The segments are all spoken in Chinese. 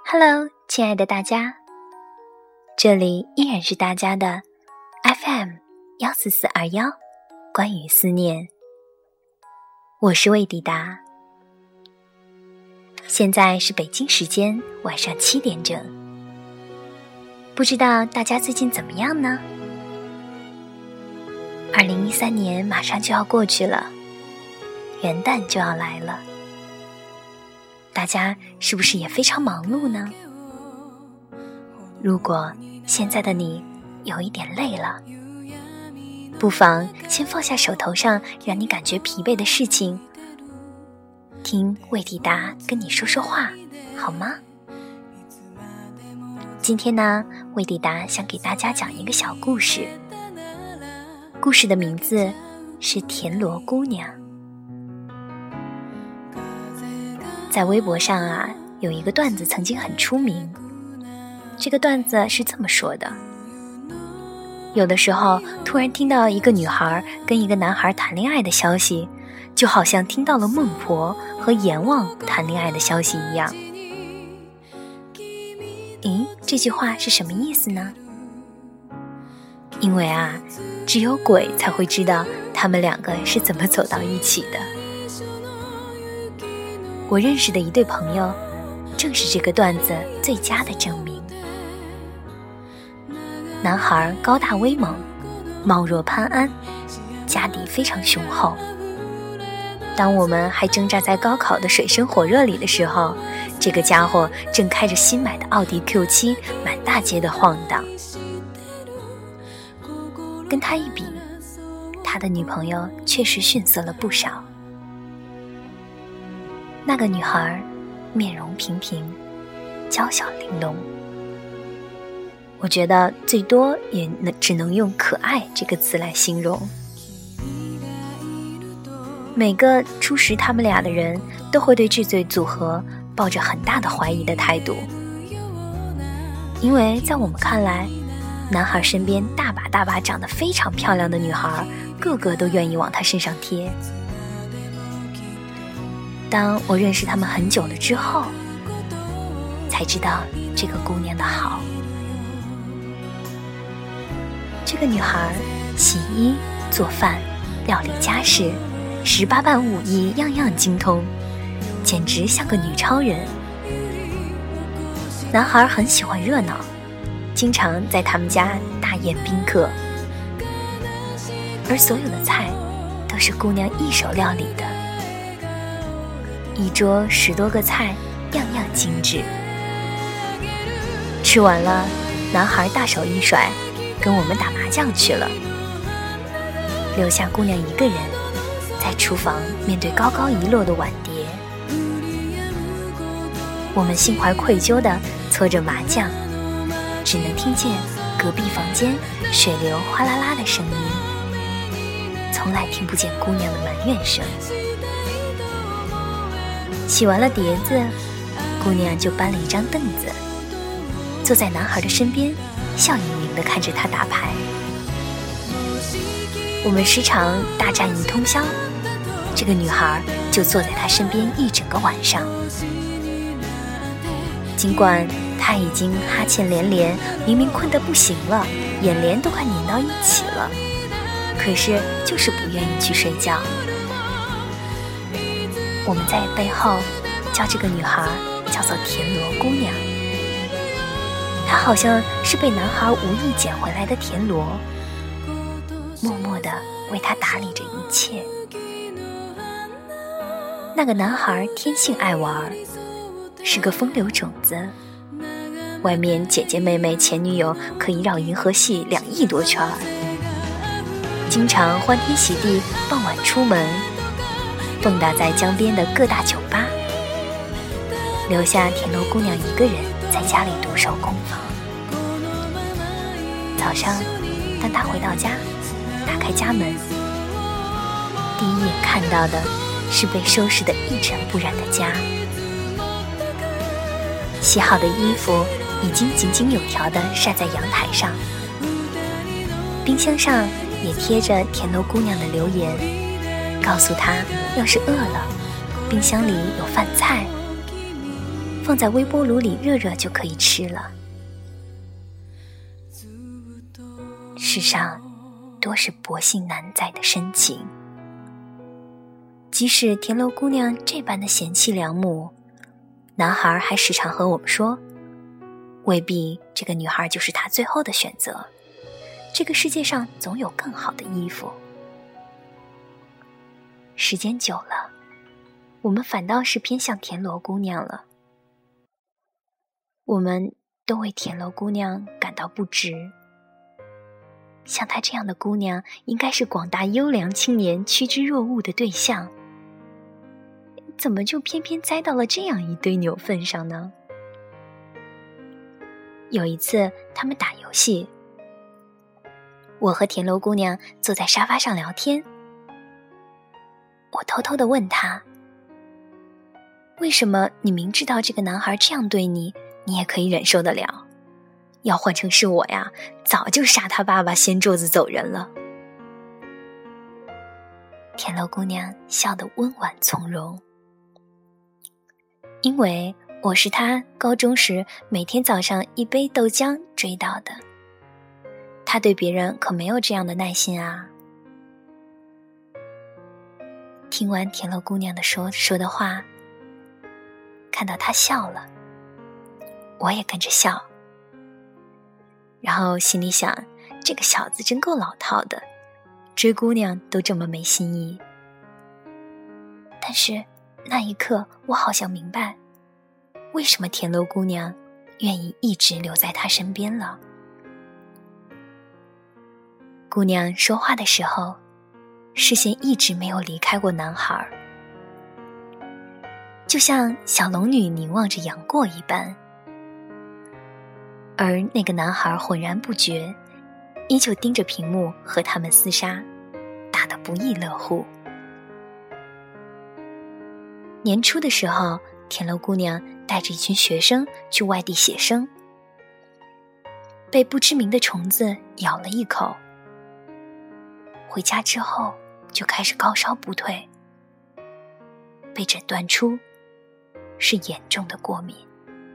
Hello， 亲爱的大家，这里依然是大家的 FM14421，关于思念，我是魏迪达。现在是北京时间晚上7点整，不知道大家最近怎么样呢？2013年马上就要过去了，元旦就要来了，大家是不是也非常忙碌呢？如果现在的你有一点累了，不妨先放下手头上让你感觉疲惫的事情，听魏迪达跟你说说话，好吗？今天呢，魏迪达想给大家讲一个小故事，故事的名字是田螺姑娘。在微博上啊，有一个段子曾经很出名，这个段子是这么说的：有的时候突然听到一个女孩跟一个男孩谈恋爱的消息，就好像听到了孟婆和阎王谈恋爱的消息一样。咦，这句话是什么意思呢？因为啊，只有鬼才会知道他们两个是怎么走到一起的。我认识的一对朋友，正是这个段子最佳的证明。男孩高大威猛，貌若潘安，家底非常雄厚。当我们还挣扎在高考的水深火热里的时候，这个家伙正开着新买的奥迪 Q7 满大街的晃荡。跟他一比，他的女朋友确实逊色了不少。那个女孩面容平平，娇小玲珑，我觉得最多也只能用可爱这个词来形容。每个初识他们俩的人都会对这对组合抱着很大的怀疑的态度，因为在我们看来，男孩身边大把长得非常漂亮的女孩，个个都愿意往他身上贴。当我认识他们很久了之后，才知道这个姑娘的好。这个女孩洗衣做饭料理家事18般武艺样样精通，简直像个女超人。男孩很喜欢热闹，经常在他们家大宴宾客，而所有的菜都是姑娘一手料理的，一桌10多个菜，样样精致。吃完了，男孩大手一甩，跟我们打麻将去了，留下姑娘一个人在厨房面对高高一摞的碗碟。我们心怀愧疚地搓着麻将，只能听见隔壁房间水流哗啦啦的声音，从来听不见姑娘的埋怨声。洗完了碟子，姑娘就搬了一张凳子，坐在男孩的身边，笑盈盈地看着他打牌。我们时常大战一通宵，这个女孩就坐在他身边一整个晚上。尽管她已经哈欠连连，明明困得不行了，眼帘都快拧到一起了，可是就是不愿意去睡觉。我们在背后叫这个女孩叫做田螺姑娘，她好像是被男孩无意捡回来的田螺，默默地为他打理着一切。那个男孩天性爱玩，是个风流种子，外面姐姐妹妹前女友可以绕银河系2亿多圈，经常欢天喜地傍晚出门，蹦跶在江边的各大酒吧，留下田螺姑娘一个人在家里独守空房。早上当她回到家，打开家门，第一眼看到的是被收拾得一尘不染的家。洗好的衣服已经井井有条地晒在阳台上，冰箱上也贴着田螺姑娘的留言，告诉她要是饿了，冰箱里有饭菜， 放在微波炉里热热就可以吃了。世上多是薄幸难在的深情，即使田螺姑娘这般的贤妻良母，男孩还时常和我们说，未必这个女孩就是他最后的选择，这个世界上总有更好的衣服。时间久了，我们反倒是偏向田螺姑娘了。我们都为田螺姑娘感到不值。像她这样的姑娘，应该是广大优良青年趋之若鹜的对象，怎么就偏偏栽到了这样一堆牛粪上呢？有一次他们打游戏，我和田螺姑娘坐在沙发上聊天，我偷偷地问她，为什么你明知道这个男孩这样对你，你也可以忍受得了？要换成是我呀，早就杀他爸爸掀桌子走人了。田螺姑娘笑得温婉从容，因为我是她高中时每天早上一杯豆浆追到的，她对别人可没有这样的耐心啊。听完田螺姑娘的说的话，看到她笑了，我也跟着笑，然后心里想，这个小子真够老套的，追姑娘都这么没新意。但是那一刻我好像明白，为什么田螺姑娘愿意一直留在他身边了。姑娘说话的时候，视线一直没有离开过男孩，就像小龙女凝望着杨过一般，而那个男孩浑然不觉，依旧盯着屏幕和他们厮杀，打得不亦乐乎。年初的时候，田螺姑娘带着一群学生去外地写生，被不知名的虫子咬了一口，回家之后就开始高烧不退，被诊断出是严重的过敏。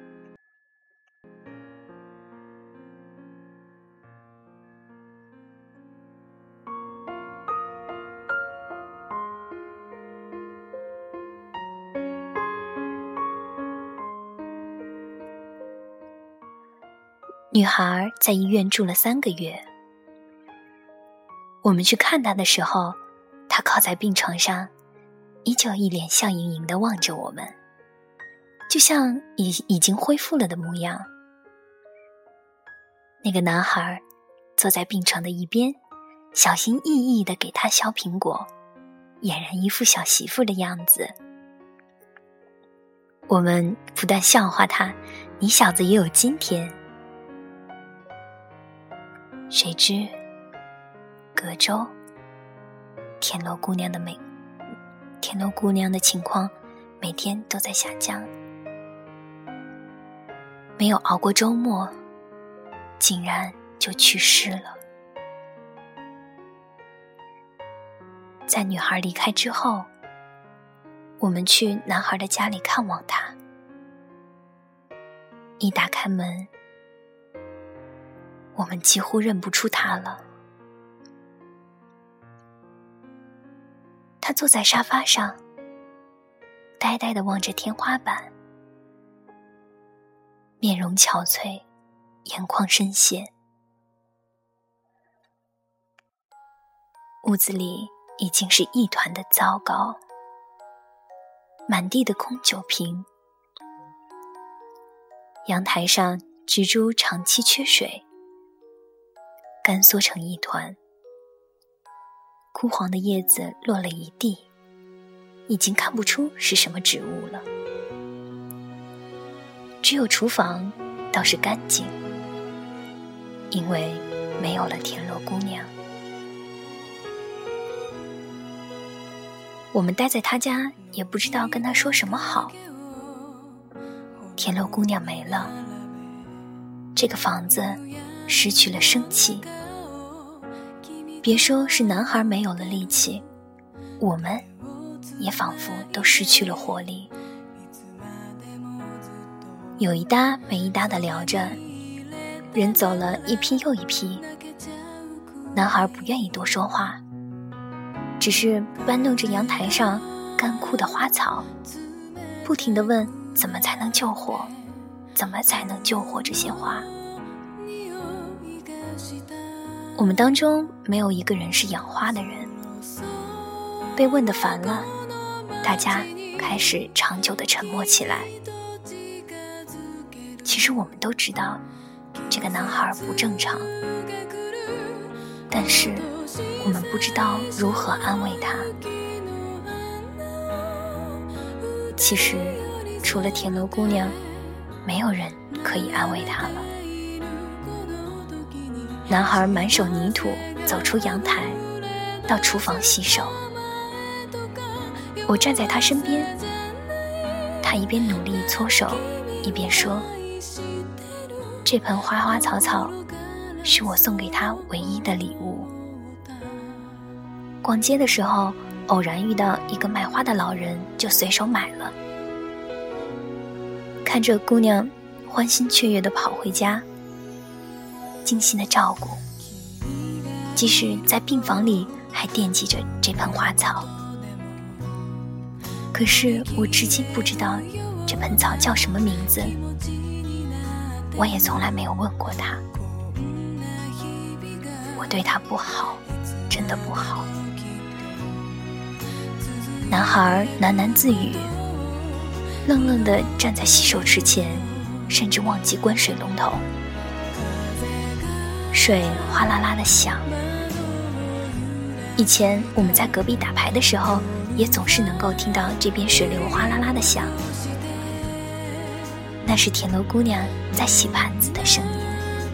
女孩在医院住了3个月，我们去看她的时候，她靠在病床上，依旧一脸笑盈盈地望着我们，就像已经恢复了的模样。那个男孩坐在病床的一边，小心翼翼地给她削苹果，俨然一副小媳妇的样子。我们不断笑话他，你小子也有今天。谁知隔周，田螺姑娘的情况每天都在下降，没有熬过周末，竟然就去世了。在女孩离开之后，我们去男孩的家里看望他，一打开门，我们几乎认不出他了。他坐在沙发上，呆呆地望着天花板，面容憔悴，眼眶深陷。屋子里已经是一团的糟糕，满地的空酒瓶，阳台上蜘蛛长期缺水，干缩成一团，枯黄的叶子落了一地，已经看不出是什么植物了。只有厨房倒是干净，因为没有了田螺姑娘。我们待在她家，也不知道跟她说什么好。田螺姑娘没了，这个房子失去了生气。别说是男孩没有了力气，我们也仿佛都失去了活力。 有一搭没一搭地聊着，人走了一批又一批，男孩不愿意多说话，只是搬弄着阳台上干枯的花草，不停地问怎么才能救活，怎么才能救活这些花。我们当中没有一个人是养花的人，被问得烦了，大家开始长久地沉默起来。其实我们都知道这个男孩不正常，但是我们不知道如何安慰他。其实除了田螺姑娘，没有人可以安慰他了。男孩满手泥土走出阳台，到厨房洗手。我站在他身边，他一边努力搓手，一边说，这盆花花草草是我送给他唯一的礼物。逛街的时候偶然遇到一个卖花的老人，就随手买了。看着姑娘欢欣雀跃地跑回家，精心的照顾，即使在病房里还惦记着这盆花草。可是我至今不知道这盆草叫什么名字，我也从来没有问过他。我对他不好，真的不好。男孩喃喃自语，愣愣地站在洗手池前，甚至忘记关水龙头。水哗啦啦地响。以前我们在隔壁打牌的时候，也总是能够听到这边水流哗啦啦地响，那是田螺姑娘在洗盘子的声音。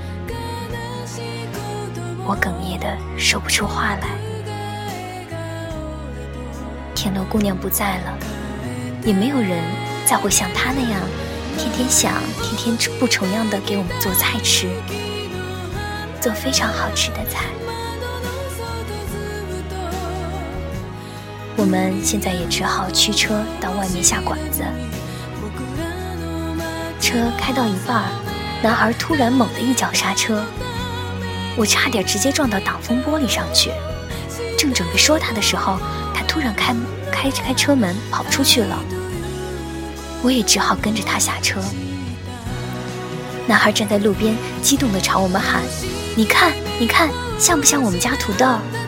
我哽咽地说不出话来。田螺姑娘不在了，也没有人再会像她那样天天想，天天不重样地给我们做菜吃，做非常好吃的菜。我们现在也只好驱车到外面下馆子。车开到一半，男孩突然猛地一脚刹车，我差点直接撞到挡风玻璃上去。正准备说他的时候，他突然开车门跑出去了，我也只好跟着他下车。男孩站在路边，激动地朝我们喊，你看你看，像不像我们家土豆？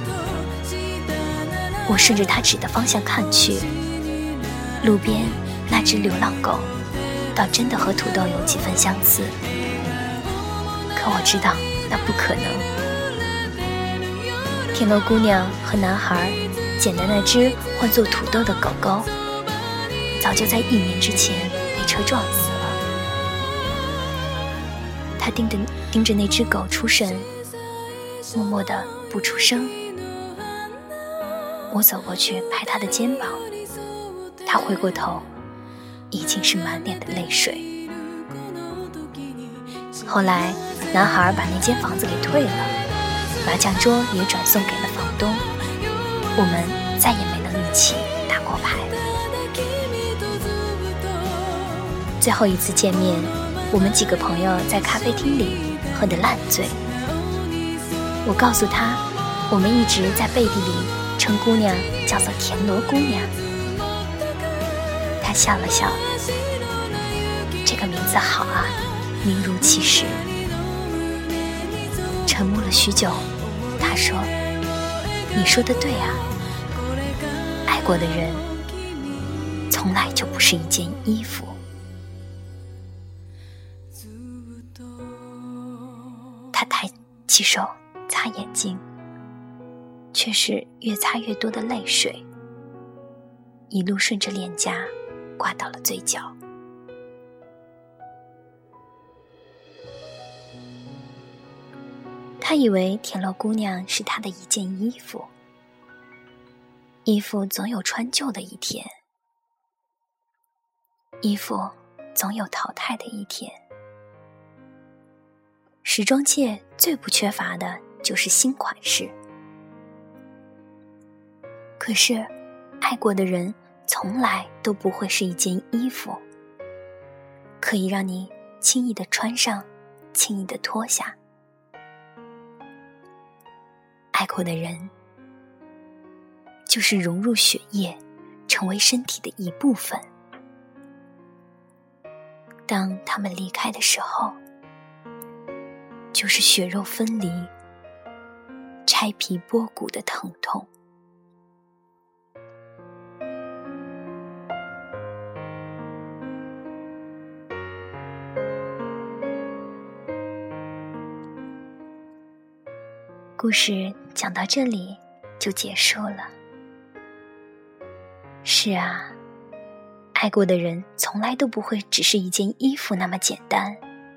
我顺着他指的方向看去，路边那只流浪狗倒真的和土豆有几分相似，可我知道那不可能。田螺姑娘和男孩捡的那只换作土豆的狗狗，早就在1年之前被车撞死了。他盯着那只狗出神，默默地不出声。我走过去拍他的肩膀，他回过头，已经是满脸的泪水。后来男孩把那间房子给退了，麻将桌也转送给了房东，我们再也没能一起打过牌。最后一次见面，我们几个朋友在咖啡厅里喝得烂醉。我告诉他，我们一直在背地里称姑娘叫做田螺姑娘。他笑了笑，这个名字好啊，名如其实。沉默了许久，他说，你说的对啊，爱过的人从来就不是一件衣服。他抬起手擦眼睛，却是越擦越多的泪水，一路顺着脸颊刮到了嘴角。他以为田螺姑娘是他的一件衣服，衣服总有穿旧的一天，衣服总有淘汰的一天。时装界最不缺乏的就是新款式，可是爱过的人从来都不会是一件衣服， 可以让你轻易地穿上，轻易地脱下。爱过的人，就是融入血液，成为身体的一部分。当他们离开的时候，就是血肉分离、拆皮剥骨的疼痛。故事讲到这里就结束了。是啊，爱过的人从来都不会只是一件衣服那么简单。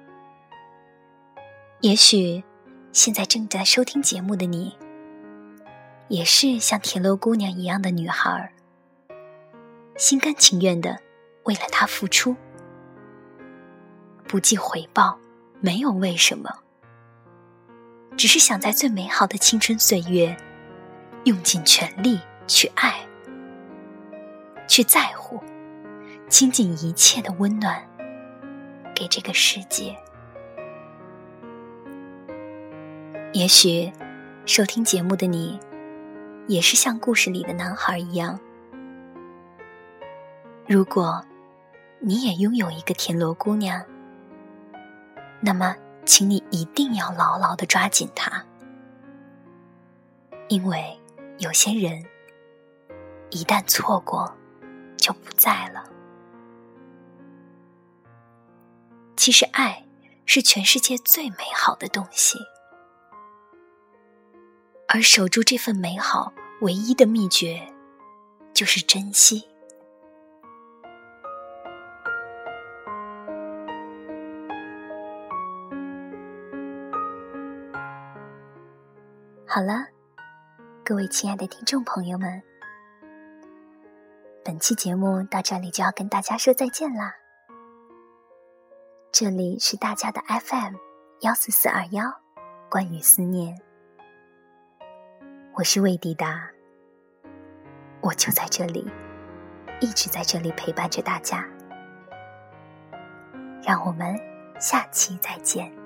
也许现在正在收听节目的你，也是像田螺姑娘一样的女孩，心甘情愿地为了他付出，不计回报，没有为什么，只是想在最美好的青春岁月，用尽全力去爱，去在乎，倾尽一切的温暖给这个世界。也许收听节目的你，也是像故事里的男孩一样，如果你也拥有一个田螺姑娘，那么请你一定要牢牢地抓紧她，因为有些人一旦错过就不在了。其实爱是全世界最美好的东西，而守住这份美好唯一的秘诀就是珍惜。好了，各位亲爱的听众朋友们，本期节目到这里就要跟大家说再见啦。这里是大家的 FM14421，关于思念，我是魏迪达，我就在这里，一直在这里陪伴着大家。让我们下期再见。